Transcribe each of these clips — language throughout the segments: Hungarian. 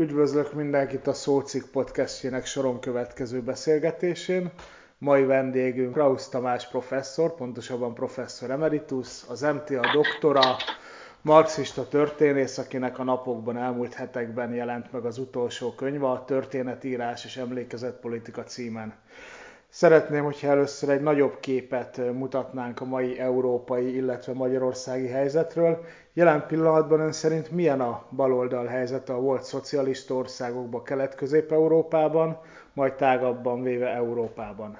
Üdvözlök mindenkit a Szócikk podcastjének soron következő beszélgetésén. Mai vendégünk Krausz Tamás professzor, pontosabban professzor emeritus, az MTA doktora, marxista történész, akinek a napokban, elmúlt hetekben jelent meg az utolsó könyve, a Történetírás és emlékezetpolitika címen. Szeretném, hogyha először egy nagyobb képet mutatnánk a mai európai, illetve magyarországi helyzetről. Jelen pillanatban ön szerint milyen a baloldal helyzete a volt szocialista országokban, Kelet-Közép-Európában, majd tágabban véve Európában?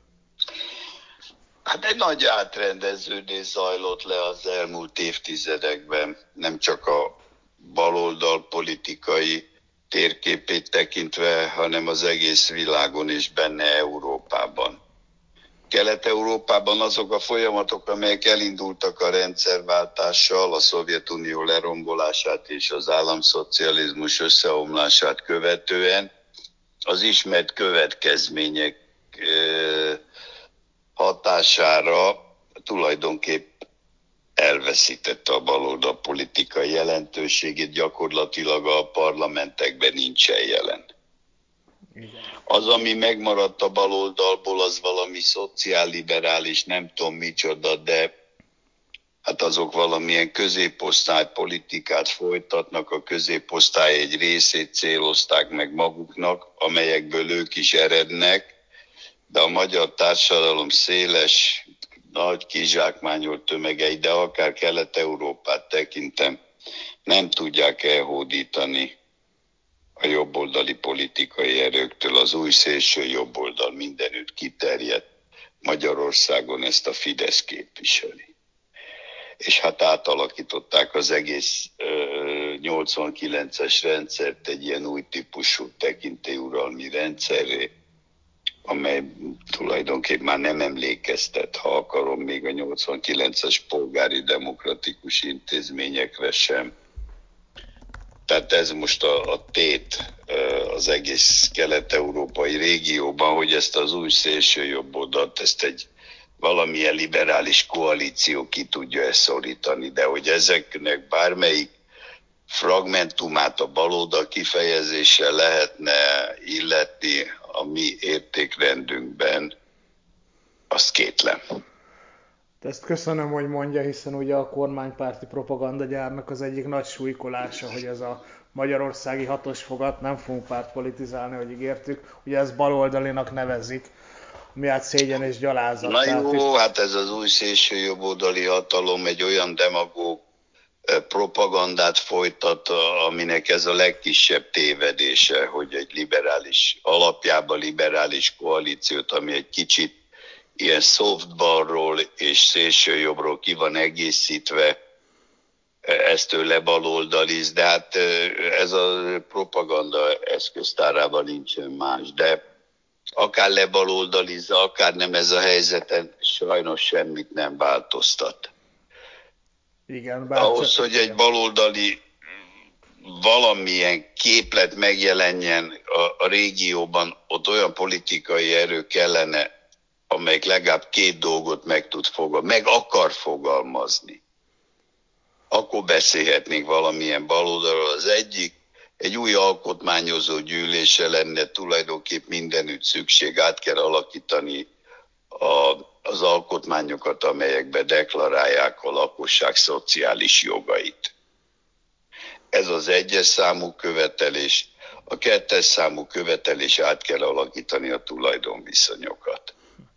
Hát egy nagy átrendeződés zajlott le az elmúlt évtizedekben, nem csak a baloldal politikai térképét tekintve, hanem az egész világon és benne Európában. Kelet-Európában azok a folyamatok, amelyek elindultak a rendszerváltással, a Szovjetunió lerombolását és az államszocializmus összeomlását követően, az ismert következmények hatására tulajdonképp elveszítette a baloldal politikai jelentőségét, gyakorlatilag a parlamentekben nincsen jelen. Az, ami megmaradt a baloldalból, az valami szociálliberális, nem tudom micsoda, de hát azok valamilyen középosztály politikát folytatnak, a középosztály egy részét célozták meg maguknak, amelyekből ők is erednek, de a magyar társadalom széles, nagy kizsákmányolt tömegei, de akár Kelet-Európát tekintem, nem tudják elhódítani a jobboldali politikai erőktől. Az új szélső jobboldal mindenütt kiterjedt, Magyarországon ezt a Fidesz képviseli. És hát átalakították az egész 89-es rendszert egy ilyen új típusú tekintélyuralmi rendszerré, amely tulajdonképpen már nem emlékeztet, ha akarom, még a 89-es polgári demokratikus intézményekre sem. Tehát ez most a tét az egész kelet-európai régióban, hogy ezt az új szélsőjobboldalt, ezt egy valamilyen liberális koalíció ki tudja szorítani, de hogy ezeknek bármelyik fragmentumát a baloldal kifejezéssel lehetne illetni a mi értékrendünkben, azt kétlem. Ezt köszönöm, hogy mondja, hiszen ugye a kormánypárti propagandagyárnak az egyik nagy súlykolása, hogy ez a magyarországi hatos fogat, nem fogunk pártpolitizálni, hogy ígértük, ugye ezt baloldalinak nevezik, ami hát szégyen és gyalázat. Na jó, hát ez az új szélsőjobboldali hatalom egy olyan demagóg propagandát folytat, aminek ez a legkisebb tévedése, hogy egy liberális, alapjában liberális koalíciót, ami egy kicsit ilyen softballról és szélsőjobbról ki van egészítve, ezt ő lebaloldaliz, de hát ez a propaganda eszköztárában nincsen más, de akár lebaloldalizza, akár nem, ez a helyzeten sajnos semmit nem változtat. Igen, ahhoz, hogy egy baloldali valamilyen képlet megjelenjen a régióban, ott olyan politikai erő kellene, amelyik legalább két dolgot meg akar fogalmazni. Akkor beszélhetnénk valamilyen baloldalról. Az egyik, egy új alkotmányozó gyűlése lenne tulajdonképp mindenütt szükség, át kell alakítani az alkotmányokat, amelyekbe deklarálják a lakosság szociális jogait. Ez az egyes számú követelés. A kettes számú követelés, át kell alakítani a tulajdonviszonyokat.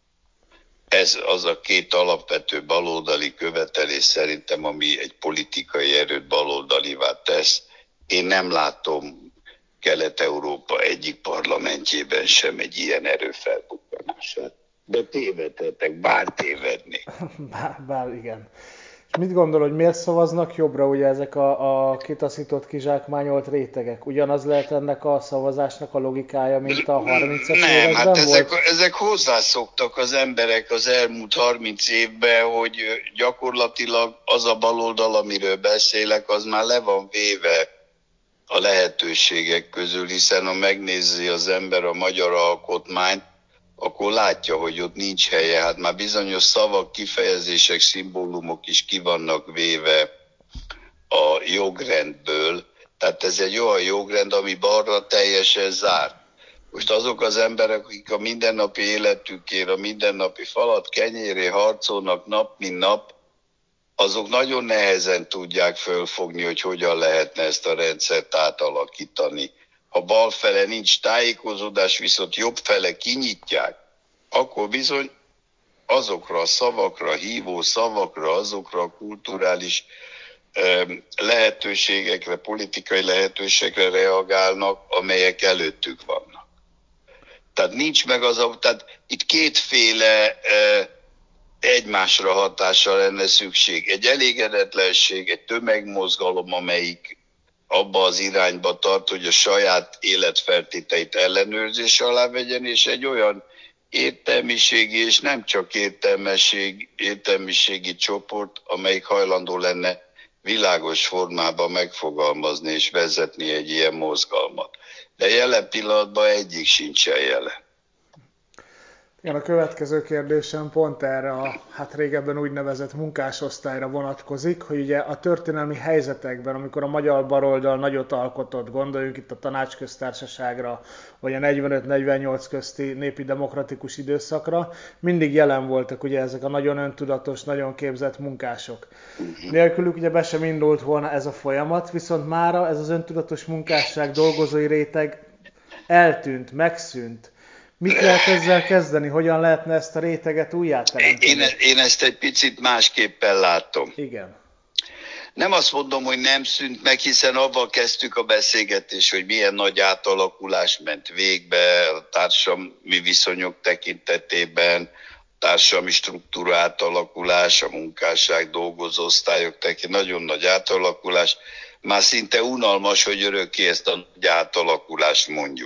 Ez az a két alapvető baloldali követelés szerintem, ami egy politikai erőt baloldalivá tesz. Én nem látom Kelet-Európa egyik parlamentjében sem egy ilyen erő felbukkanását. De tévedhetek, bár tévednék. Bár igen. És mit gondol, hogy miért szavaznak jobbra ugye ezek a kitaszított, kizsákmányolt rétegek? Ugyanaz lehet ennek a szavazásnak a logikája, mint a 30-as években hát volt? ezek hozzászoktak az emberek az elmúlt 30 évben, hogy gyakorlatilag az a baloldal, amiről beszélek, az már le van véve a lehetőségek közül, hiszen ha megnézi az ember a magyar alkotmányt, akkor látja, hogy ott nincs helye. Hát már bizonyos szavak, kifejezések, szimbólumok is ki vannak véve a jogrendből. Tehát ez egy olyan jogrend, ami balra teljesen zárt. Most azok az emberek, akik a mindennapi életükért, a mindennapi falat kenyéré harcolnak nap, mint nap, azok nagyon nehezen tudják fölfogni, hogy hogyan lehetne ezt a rendszert átalakítani. Ha bal fele nincs tájékozódás, viszont jobb fele kinyitják, akkor bizony azokra a szavakra, hívó szavakra, azokra a kulturális lehetőségekre, politikai lehetőségekre reagálnak, amelyek előttük vannak. Tehát nincs meg tehát itt kétféle egymásra hatással lenne szükség. Egy elégedetlenség, egy tömegmozgalom, amelyik abba az irányba tart, hogy a saját életfeltételeit ellenőrzés alá vegyen, és egy olyan értelmiségi, és nem csak értelmiségi csoport, amelyik hajlandó lenne világos formában megfogalmazni és vezetni egy ilyen mozgalmat. De jelen pillanatban egyik sincsen jelen. Igen, a következő kérdésem pont erre a régebben úgynevezett munkásosztályra vonatkozik, hogy ugye a történelmi helyzetekben, amikor a magyar baloldal nagyot alkotott, gondoljunk itt a Tanácsköztársaságra, vagy a 45-48 közti népi demokratikus időszakra, mindig jelen voltak ugye ezek a nagyon öntudatos, nagyon képzett munkások. Nélkülük ugye be sem indult volna ez a folyamat, viszont mára ez az öntudatos munkásság, dolgozói réteg eltűnt, megszűnt. Mit lehet ezzel kezdeni? Hogyan lehetne ezt a réteget újjáteremteni? Én ezt egy picit másképpen látom. Igen. Nem azt mondom, hogy nem szűnt meg, hiszen avval kezdtük a beszélgetést, hogy milyen nagy átalakulás ment végbe a társadalmi viszonyok tekintetében, a társadalmi struktúra átalakulás, a munkásság, dolgozóosztályok tekintetében, nagyon nagy átalakulás. Már szinte unalmas, hogy örökké ezt a nagy átalakulást mondjuk.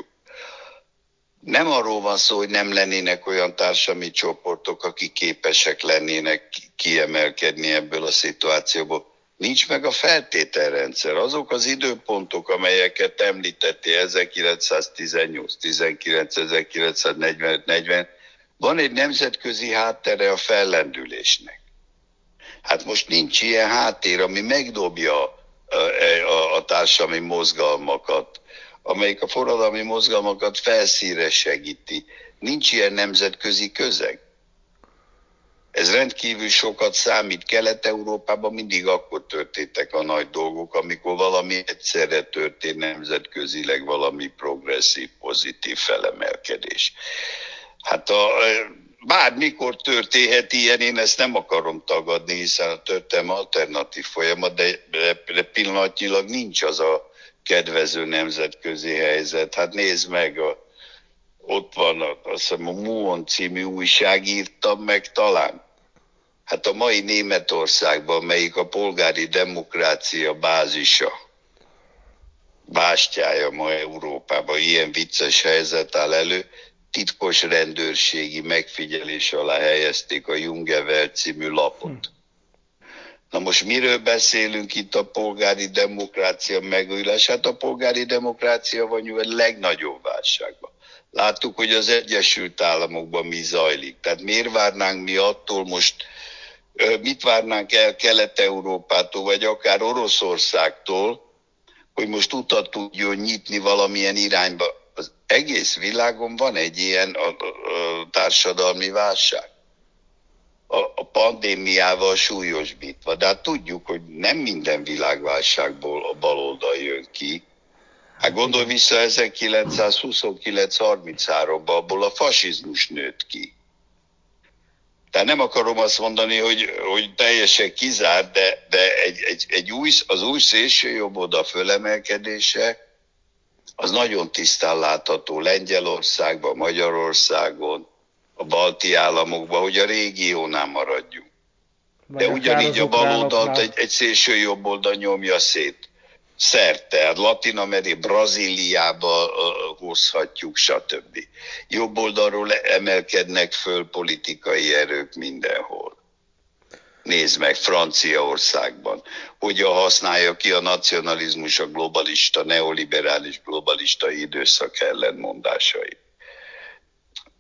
Nem arról van szó, hogy nem lennének olyan társadalmi csoportok, akik képesek lennének kiemelkedni ebből a szituációból. Nincs meg a feltételrendszer. Azok az időpontok, amelyeket említettél, 1918, 19, 1945, 40, van egy nemzetközi háttere a fellendülésnek. Hát most nincs ilyen háttér, ami megdobja a társadalmi mozgalmakat, amelyik a forradalmi mozgalmakat felszínre segíti. Nincs ilyen nemzetközi közeg. Ez rendkívül sokat számít. Kelet-Európában mindig akkor történtek a nagy dolgok, amikor valami egyszerre történt nemzetközileg, valami progresszív, pozitív felemelkedés. Hát bármikor történhet ilyen, én ezt nem akarom tagadni, hiszen a történelem alternatív folyamat, de pillanatnyilag nincs az a kedvező nemzetközi helyzet. Hát nézd meg, ott van, azt hiszem a Muon című újság írtam meg talán. Hát a mai Németországban, melyik a polgári demokrácia bázisa, bástyája ma Európában, ilyen vicces helyzet áll elő, titkos rendőrségi megfigyelés alá helyezték a Junge című lapot. Na most miről beszélünk itt a polgári demokrácia megújulás? Hát a polgári demokrácia van a legnagyobb válságban. Láttuk, hogy az Egyesült Államokban mi zajlik. Tehát miért várnánk mi attól most, mit várnánk el Kelet-Európától, vagy akár Oroszországtól, hogy most utat tudjon nyitni valamilyen irányba. Az egész világon van egy ilyen a társadalmi válság. A pandémiával súlyosbítva. De hát tudjuk, hogy nem minden világválságból a baloldal jön ki. Hát gondolj vissza 1929-33-ban, abból a fasizmus nőtt ki. Tehát nem akarom azt mondani, hogy teljesen kizárt, de az új szélsőjobboldal fölemelkedése az nagyon tisztán látható Lengyelországban, Magyarországon, a balti államokban, hogy a régiónál maradjunk. De ugyanígy a baloldalt egy szélső jobboldal nyomja szét. Szerte, hát Latin Amerika, Brazíliába hozhatjuk, stb. Jobb oldalról emelkednek föl politikai erők mindenhol. Nézd meg Franciaországban, hogyan használja ki a nacionalizmus a globalista, neoliberális globalista időszak ellentmondásait.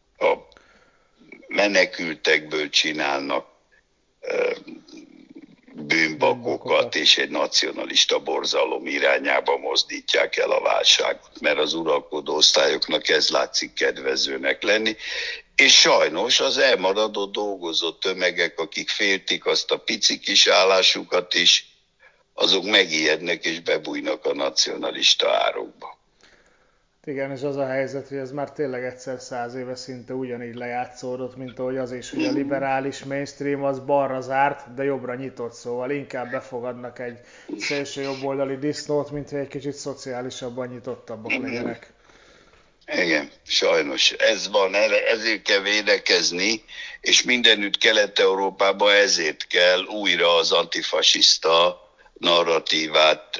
A menekültekből csinálnak bűnbakokat és egy nacionalista borzalom irányába mozdítják el a válságot, mert az uralkodó osztályoknak ez látszik kedvezőnek lenni, és sajnos az elmaradó dolgozó tömegek, akik féltik azt a pici kis állásukat is, azok megijednek és bebújnak a nacionalista árokba. Igen, és az a helyzet, hogy ez már tényleg egyszer 100 éve szinte ugyanígy lejátszódott, mint ahogy az is, hogy a liberális mainstream az balra zárt, de jobbra nyitott, szóval inkább befogadnak egy szélső jobboldali disznót, mint hogy egy kicsit szociálisabban nyitottabbak legyenek. Igen, sajnos ez van, ezért kell védekezni, és mindenütt Kelet-Európában ezért kell újra az antifasiszta narratívát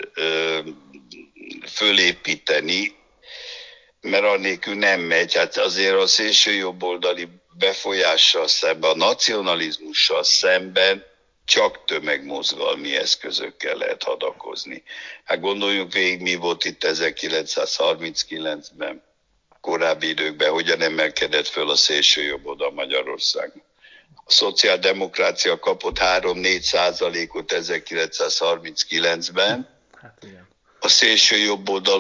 fölépíteni, mert annélkül nem megy. Hát azért a szélső jobboldali befolyással szemben, a nacionalizmussal szemben csak tömegmozgalmi eszközökkel lehet hadakozni. Hát gondoljunk végig, mi volt itt 1939-ben, korábbi időkben, hogyan emelkedett föl a szélső jobboldal Magyarországon. A szociáldemokrácia kapott 3-4%-ot 1939-ben, Hát igen. a szélső jobboldal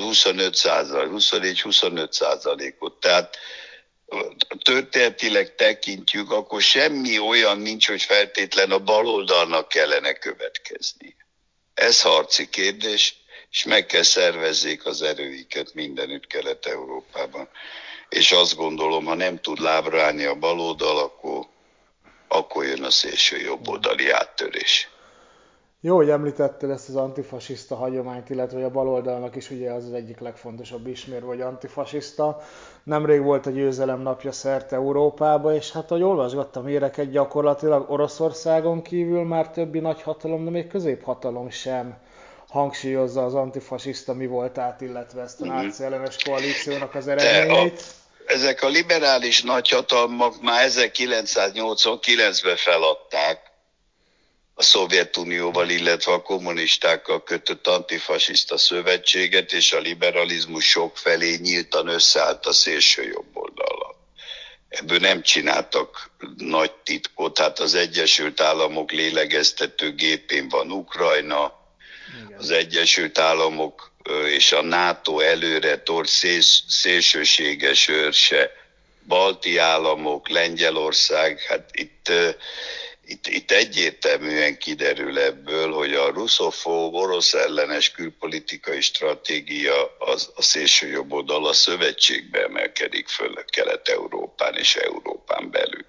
24-25%-ot. Tehát történetileg tekintjük, akkor semmi olyan nincs, hogy feltétlen a baloldalnak kellene következni. Ez harci kérdés, és meg kell szervezzék az erőiket mindenütt Kelet-Európában. És azt gondolom, ha nem tud lábra állni a baloldal, akkor jön a szélső jobboldali áttörés. Jó, hogy említetted ezt az antifasiszta hagyományt, illetve hogy a baloldalnak is ugye az egyik legfontosabb ismérve, hogy antifasiszta. Nemrég volt a győzelem napja szerte Európába, és hát ahogy olvasgattam híreket, gyakorlatilag Oroszországon kívül már többi nagyhatalom, de még középhatalom sem hangsúlyozza az antifasiszta mi voltát, illetve ezt a náci ellenes koalíciónak az eredményeit. Ezek a liberális nagyhatalmak már 1989-ben feladták a Szovjetunióval, illetve a kommunistákkal kötött antifasiszta szövetséget, és a liberalizmus sokfelé nyíltan összeállt a szélső jobboldallal. Ebből nem csináltak nagy titkot, hát az Egyesült Államok lélegeztető gépén van Ukrajna, az Egyesült Államok és a NATO előre tort szélsőséges őrse, balti államok, Lengyelország, hát itt egyértelműen kiderül ebből, hogy a russzofób, orosz ellenes külpolitikai stratégia a szélső jobboldal a szövetségbe emelkedik föl Kelet-Európán és Európán belül.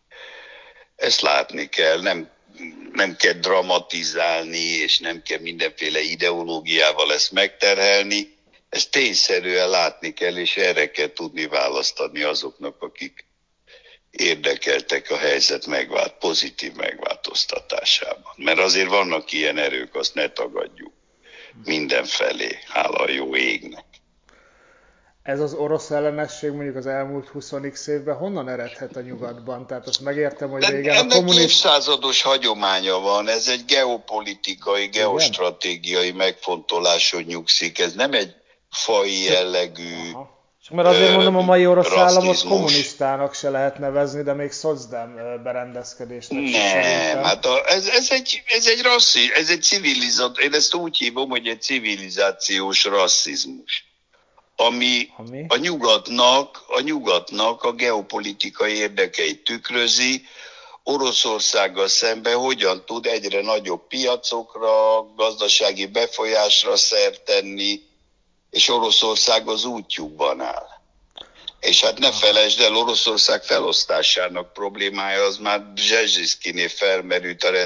Ezt látni kell, nem kell dramatizálni, és nem kell mindenféle ideológiával ezt megterhelni. Ezt tényszerűen látni kell, és erre kell tudni választani azoknak, akik érdekeltek a helyzet pozitív megváltoztatásában. Mert azért vannak ilyen erők, azt ne tagadjuk. Mindenfelé, hála a jó égnek. Ez az orosz ellenesség mondjuk az elmúlt 20x évben honnan eredhet a nyugatban? Tehát azt megértem, hogy régen a kommunizmus... évszázados hagyománya van, ez egy geopolitikai, geostratégiai megfontoláson nyugszik, ez nem egy faji jellegű mert azért mondom, a mai orosz államot kommunistának se lehet nevezni, de még szocdem berendezkedésnek se szerintem. Hát ez egy civilizáció, én ezt úgy hívom, hogy egy civilizációs rasszizmus, ami a nyugatnak a geopolitikai érdekeit tükrözi, Oroszországgal szemben hogyan tud egyre nagyobb piacokra, gazdasági befolyásra szert tenni, és Oroszország az útjukban áll. És hát ne felejtsd el, Oroszország felosztásának problémája az már Bzsezsiszkinél felmerült a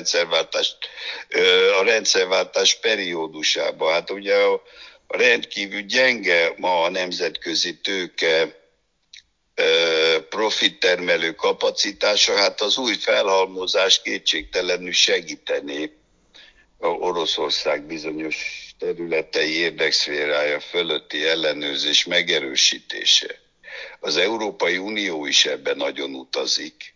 rendszerváltás periódusában. Hát ugye a rendkívül gyenge ma a nemzetközi tőke profittermelő kapacitása, hát az új felhalmozás kétségtelenül segítené Oroszország bizonyos területei érdekszférája fölötti ellenőrzés megerősítése. Az Európai Unió is ebben nagyon utazik.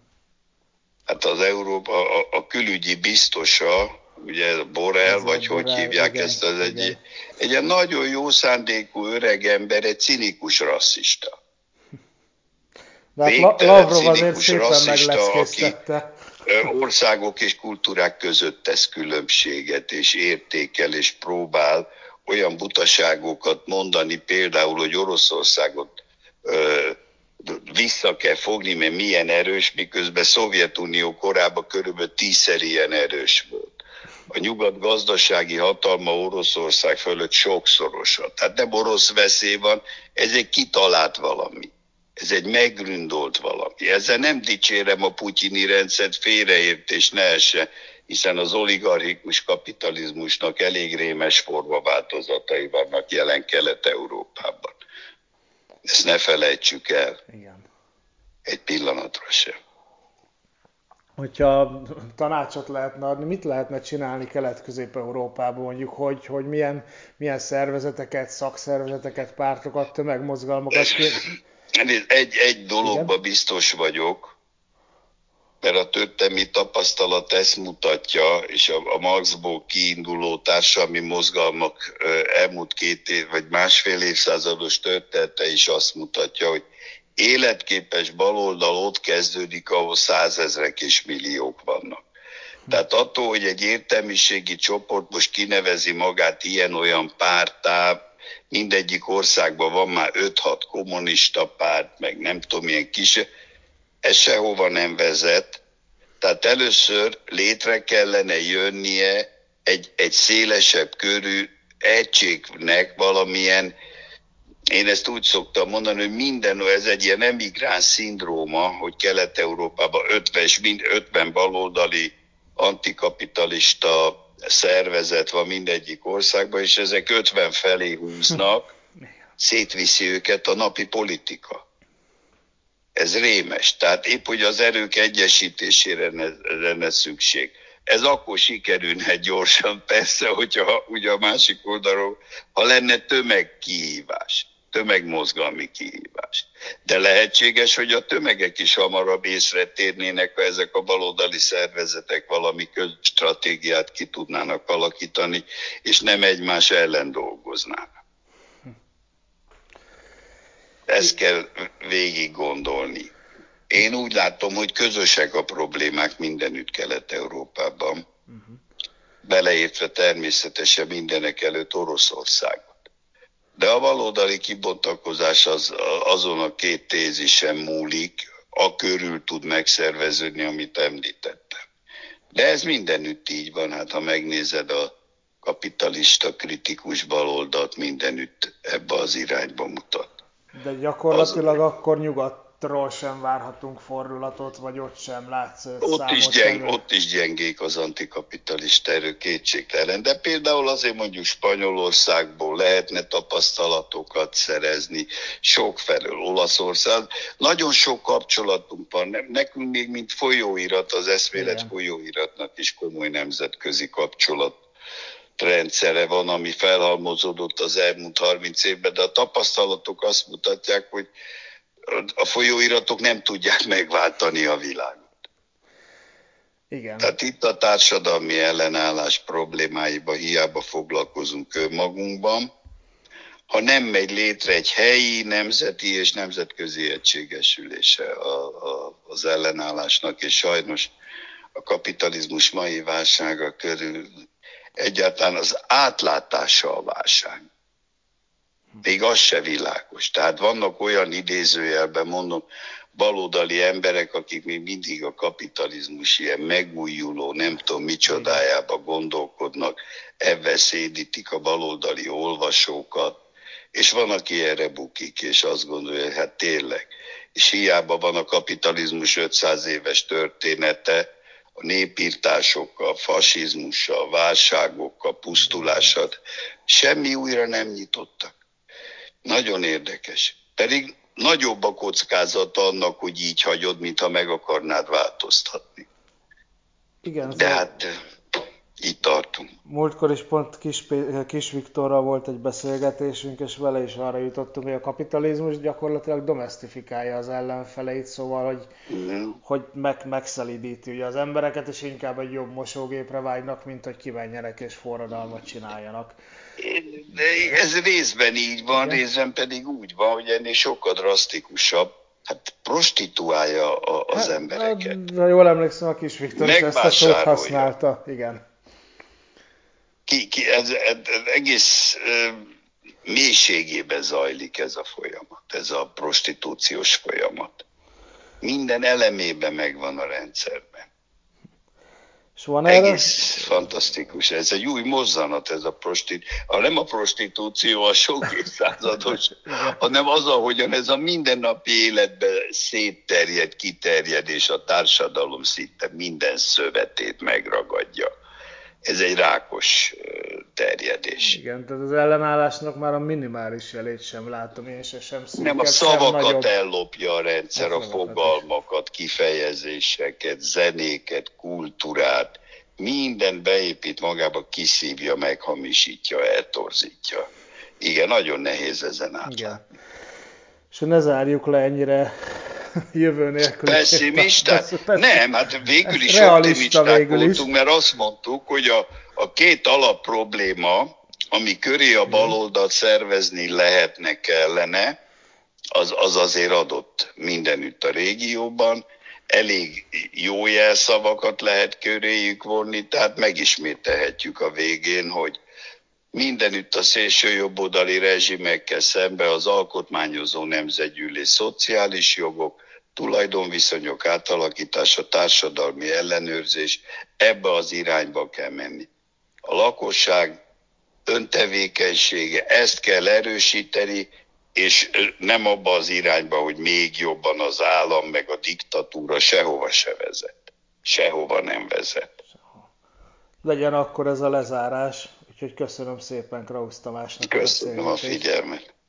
Hát a külügyi biztosa, ugye Borrell, vagy hogy hívják igen, ezt, egy ilyen nagyon jó szándékú öreg ember, egy cinikus rasszista. De hát Lavrov azért szépen megleckéztette. országok és kultúrák között tesz különbséget, és értékel, és próbál olyan butaságokat mondani, például, hogy Oroszországot vissza kell fogni, mert milyen erős, miközben Szovjetunió korában körülbelül 10-szer ilyen erős volt. A nyugat gazdasági hatalma Oroszország fölött sokszorosan. Tehát nem orosz veszély van, ez egy kitalált valami. Ez egy meggründolt valami. Ezzel nem dicsérem a putyini rendszert, félreértés ne essen, hiszen az oligarchikus kapitalizmusnak elég rémes formaváltozatai vannak jelen Kelet-Európában. Ezt ne felejtsük el. Igen. Egy pillanatra sem. Hogyha tanácsot lehetne adni, mit lehetne csinálni Kelet-Közép-Európában, mondjuk, hogy milyen szervezeteket, szakszervezeteket, pártokat, tömegmozgalmakat Egy dologban biztos vagyok, mert a történelmi tapasztalat ezt mutatja, és a Marxból kiinduló társadalmi mozgalmak elmúlt 2 év vagy másfél évszázados története is azt mutatja, hogy életképes baloldal ott kezdődik, ahol 100 000-ek és milliók vannak. Tehát attól, hogy egy értelmiségi csoport most kinevezi magát ilyen-olyan párttá, mindegyik országban van már 5-6 kommunista párt, meg nem tudom, milyen kis, ez sehova nem vezet. Tehát először létre kellene jönnie egy szélesebb körű egységnek valamilyen, én ezt úgy szoktam mondani, hogy minden, ez egy ilyen emigráns szindróma, hogy Kelet-Európában 50 baloldali antikapitalista szervezet van mindegyik országban, és ezek 50 felé húznak, szétviszi őket a napi politika. Ez rémes. Tehát épp, hogy az erők egyesítésére lenne szükség. Ez akkor sikerülne gyorsan, persze, hogyha ugye a másik oldalról, ha lenne tömegkihívás, tömegmozgalmi kihívás. De lehetséges, hogy a tömegek is hamarabb észre térnének, ha ezek a baloldali szervezetek valami stratégiát ki tudnának alakítani, és nem egymás ellen dolgoznának. Ezt kell végig gondolni. Én úgy látom, hogy közösek a problémák mindenütt Kelet-Európában, beleértve természetesen mindenek előtt Oroszországot. De a baloldali kibontakozás azon a 2 tézisen múlik, a körül tud megszerveződni, amit említettem. De ez mindenütt így van, hát ha megnézed a kapitalista kritikus baloldalt, mindenütt ebbe az irányba mutat. De gyakorlatilag akkor nyugatról sem várhatunk fordulatot, vagy ott sem látsz ott is gyengék az antikapitalista erő, kétségtelen. De például azért mondjuk Spanyolországból lehetne tapasztalatokat szerezni, sokfelől Olaszország. Nagyon sok kapcsolatunk van. Nekünk még mint folyóirat, az eszmélet folyóiratnak is komoly nemzetközi kapcsolat rendszere van, ami felhalmozódott az elmúlt 30 évben, de a tapasztalatok azt mutatják, hogy a folyóiratok nem tudják megváltani a világot. Igen. Tehát itt a társadalmi ellenállás problémáiba hiába foglalkozunk önmagunkban, ha nem megy létre egy helyi, nemzeti és nemzetközi egységesülése az ellenállásnak, és sajnos a kapitalizmus mai válsága körül egyáltalán az átlátása a válság. Még az se világos. Tehát vannak olyan idézőjelben mondom, baloldali emberek, akik még mindig a kapitalizmus ilyen megújuló, nem tudom micsodájába gondolkodnak, ebben szédítik a baloldali olvasókat, és van, aki erre bukik, és azt gondolja, hogy hát tényleg. És hiába van a kapitalizmus 500 éves története, a népírtásokkal, fasizmussal, válságokkal, pusztulással, semmi újra nem nyitottak. Nagyon érdekes. Pedig nagyobb a kockázat annak, hogy így hagyod, mintha meg akarnád változtatni. Igen, de hát itt tartunk. Múltkor is pont Kis Viktorral volt egy beszélgetésünk, és vele is arra jutottunk, hogy a kapitalizmus gyakorlatilag domesztifikálja az ellenfeleit, szóval, hogy megszelídíti ugye az embereket, és inkább egy jobb mosógépre vágynak, mint hogy kimenjenek és forradalmat csináljanak. De ez részben így van, részben pedig úgy van, hogy ennél sokkal drasztikusabb. Hát prostituálja az Hát, embereket. ha jól emlékszem, a Kis Viktor is ezt a szót Megvásárolja. használta, igen. Ez egész mélységében zajlik ez a folyamat, ez a prostitúciós folyamat. Minden elemében megvan a rendszerben. És van erre? Egész fantasztikus. Ez egy új mozzanat, ez a nem a prostitúció a sok évszázados, hanem az, ahogyan ez a mindennapi életben szétterjed, kiterjed, és a társadalom szinte minden szövetét megragadja. Ez egy rákos terjedés. Igen, tehát az ellenállásnak már a minimális jelét sem látom én sem Nem, a szűkebb, sem szavakat nagyobb. ellopja a rendszer, a fogalmakat, kifejezéseket, zenéket, kultúrát, mindent beépít magába, kiszívja, meghamisítja, eltorzítja. Igen, nagyon nehéz ezen átlátni. És ne zárjuk le ennyire jövő nélkül. Pessimistát? Nem, hát végül is realista optimisták végül is. voltunk, mert azt mondtuk, hogy a két alap probléma, ami köré a baloldalt szervezni lehetne, kellene, az azért adott mindenütt a régióban. Elég jó jelszavakat lehet köréjük vonni, tehát megismételhetjük a végén, hogy mindenütt a szélsőjobboldali rezsimekkel szemben az alkotmányozó nemzetgyűlés, szociális jogok, tulajdonviszonyok átalakítása, társadalmi ellenőrzés, ebbe az irányba kell menni. A lakosság öntevékenysége, ezt kell erősíteni, és nem abba az irányba, hogy még jobban az állam meg a diktatúra sehova se vezet. Sehova nem vezet. Legyen akkor ez a lezárás, úgyhogy köszönöm szépen Krausz Tamásnak a Köszönöm a beszélgetést. figyelmet.